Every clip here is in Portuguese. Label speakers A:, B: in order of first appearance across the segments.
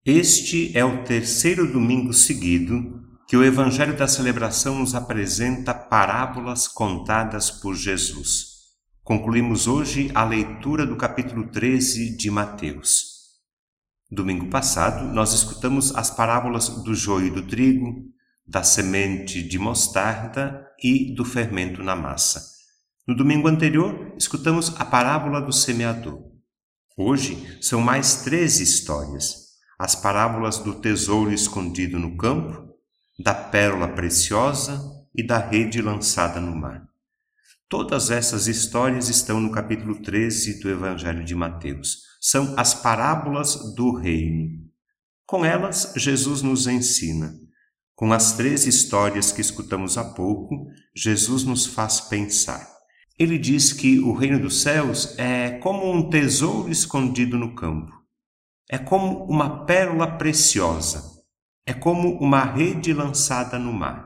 A: Este é o terceiro domingo seguido que o Evangelho da Celebração nos apresenta parábolas contadas por Jesus. Concluímos hoje a leitura do capítulo 13 de Mateus. Domingo passado, nós escutamos as parábolas do joio e do trigo, da semente de mostarda e do fermento na massa. No domingo anterior, escutamos a parábola do semeador. Hoje, são mais 13 histórias. As parábolas do tesouro escondido no campo, da pérola preciosa e da rede lançada no mar. Todas essas histórias estão no capítulo 13 do Evangelho de Mateus. São as parábolas do reino. Com elas, Jesus nos ensina. Com as 13 histórias que escutamos há pouco, Jesus nos faz pensar. Ele diz que o reino dos céus é como um tesouro escondido no campo. É como uma pérola preciosa. É como uma rede lançada no mar.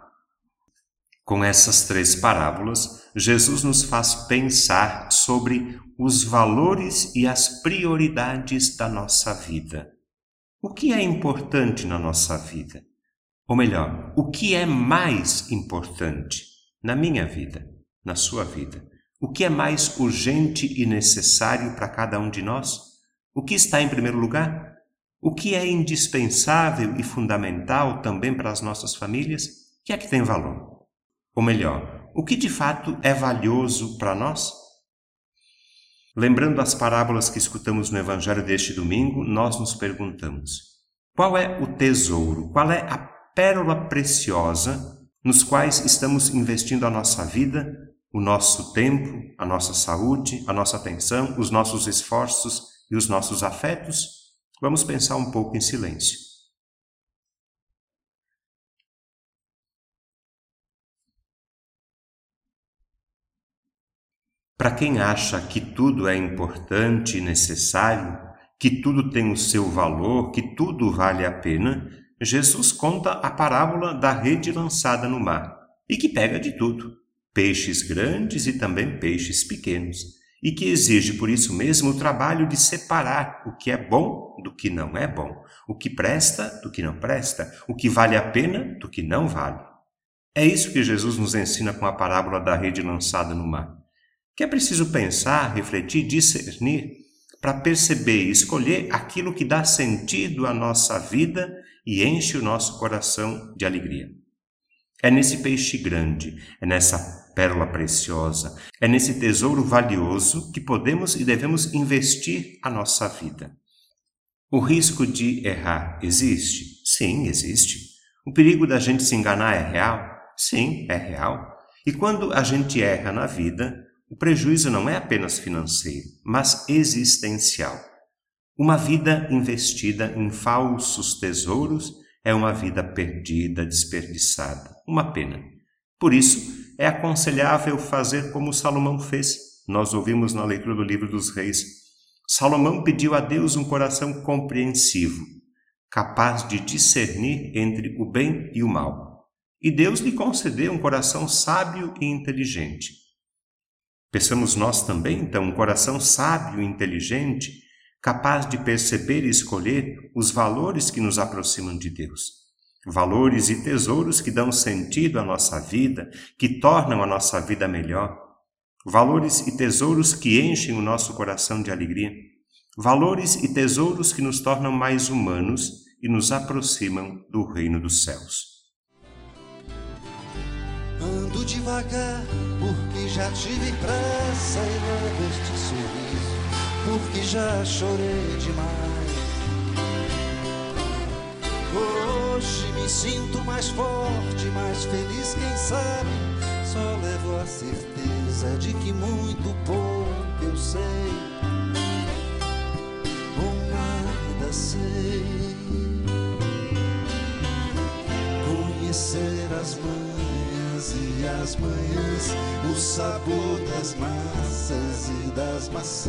A: Com essas 3 parábolas, Jesus nos faz pensar sobre os valores e as prioridades da nossa vida. O que é importante na nossa vida? Ou melhor, o que é mais importante na minha vida, na sua vida? O que é mais urgente e necessário para cada um de nós? O que está em primeiro lugar? O que é indispensável e fundamental também para as nossas famílias? O que é que tem valor? Ou melhor, o que de fato é valioso para nós? Lembrando as parábolas que escutamos no Evangelho deste domingo, nós nos perguntamos: qual é o tesouro, qual é a pérola preciosa nos quais estamos investindo a nossa vida, o nosso tempo, a nossa saúde, a nossa atenção, os nossos esforços e os nossos afetos? Vamos pensar um pouco em silêncio. Para quem acha que tudo é importante e necessário, que tudo tem o seu valor, que tudo vale a pena, Jesus conta a parábola da rede lançada no mar e que pega de tudo, peixes grandes e também peixes pequenos, e que exige por isso mesmo o trabalho de separar o que é bom do que não é bom, o que presta do que não presta, o que vale a pena do que não vale. É isso que Jesus nos ensina com a parábola da rede lançada no mar. Que é preciso pensar, refletir, discernir, para perceber e escolher aquilo que dá sentido à nossa vida e enche o nosso coração de alegria. É nesse peixe grande, é nessa pérola preciosa, é nesse tesouro valioso que podemos e devemos investir a nossa vida. O risco de errar existe? Sim, existe. O perigo da gente se enganar é real? Sim, é real. E quando a gente erra na vida, o prejuízo não é apenas financeiro, mas existencial. Uma vida investida em falsos tesouros é uma vida perdida, desperdiçada. Uma pena. Por isso, é aconselhável fazer como Salomão fez. Nós ouvimos na leitura do livro dos Reis. Salomão pediu a Deus um coração compreensivo, capaz de discernir entre o bem e o mal. E Deus lhe concedeu um coração sábio e inteligente. Peçamos nós também, então, um coração sábio e inteligente, capaz de perceber e escolher os valores que nos aproximam de Deus. Valores e tesouros que dão sentido à nossa vida, que tornam a nossa vida melhor. Valores e tesouros que enchem o nosso coração de alegria. Valores e tesouros que nos tornam mais humanos e nos aproximam do reino dos céus.
B: Ando devagar, porque já tive pressa e levo este sorriso, porque já chorei demais. Hoje me sinto mais forte, mais feliz, quem sabe. Só levo a certeza de que muito pouco eu sei, ou nada sei. Conhecer as manhas e as manhãs, o sabor das massas e das maçãs.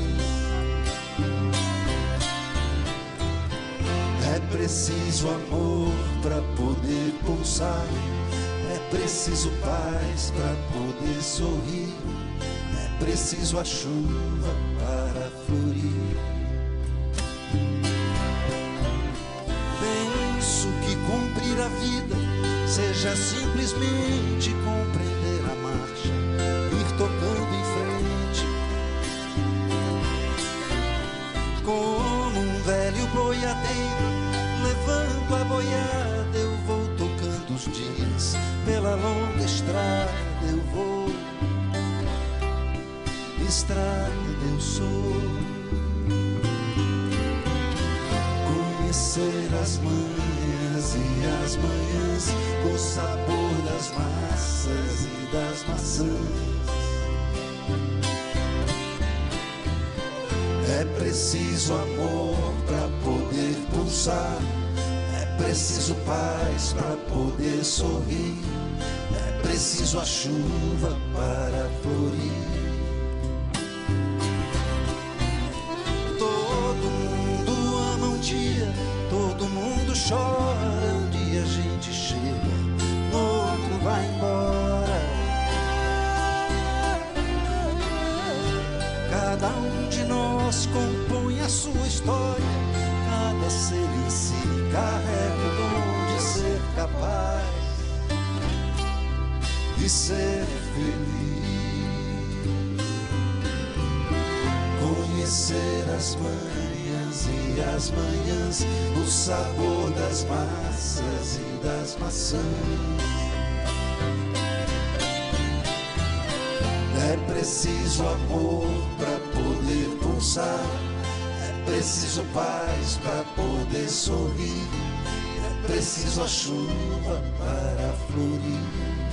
B: É preciso amor para poder pulsar, é preciso paz para poder sorrir, é preciso a chuva para florir. seja simplesmente compreender a marcha, ir tocando em frente. Como um velho boiadeiro, levando a boiada, eu vou tocando os dias. Pela longa estrada eu vou, estrada eu sou. Conhecer as manhas e as manhãs, o sabor das massas e das maçãs. É preciso amor para poder pulsar, é preciso paz para poder sorrir, é preciso a chuva para florir. Todo mundo chora, um dia a gente chega, no outro vai embora. Cada um de nós compõe a sua história, cada ser em si carrega o dom de ser capaz de ser feliz. Conhecer as manhãs e as manhãs, o sabor das massas e das maçãs. É preciso amor para poder pulsar, é preciso paz para poder sorrir, é preciso a chuva para florir.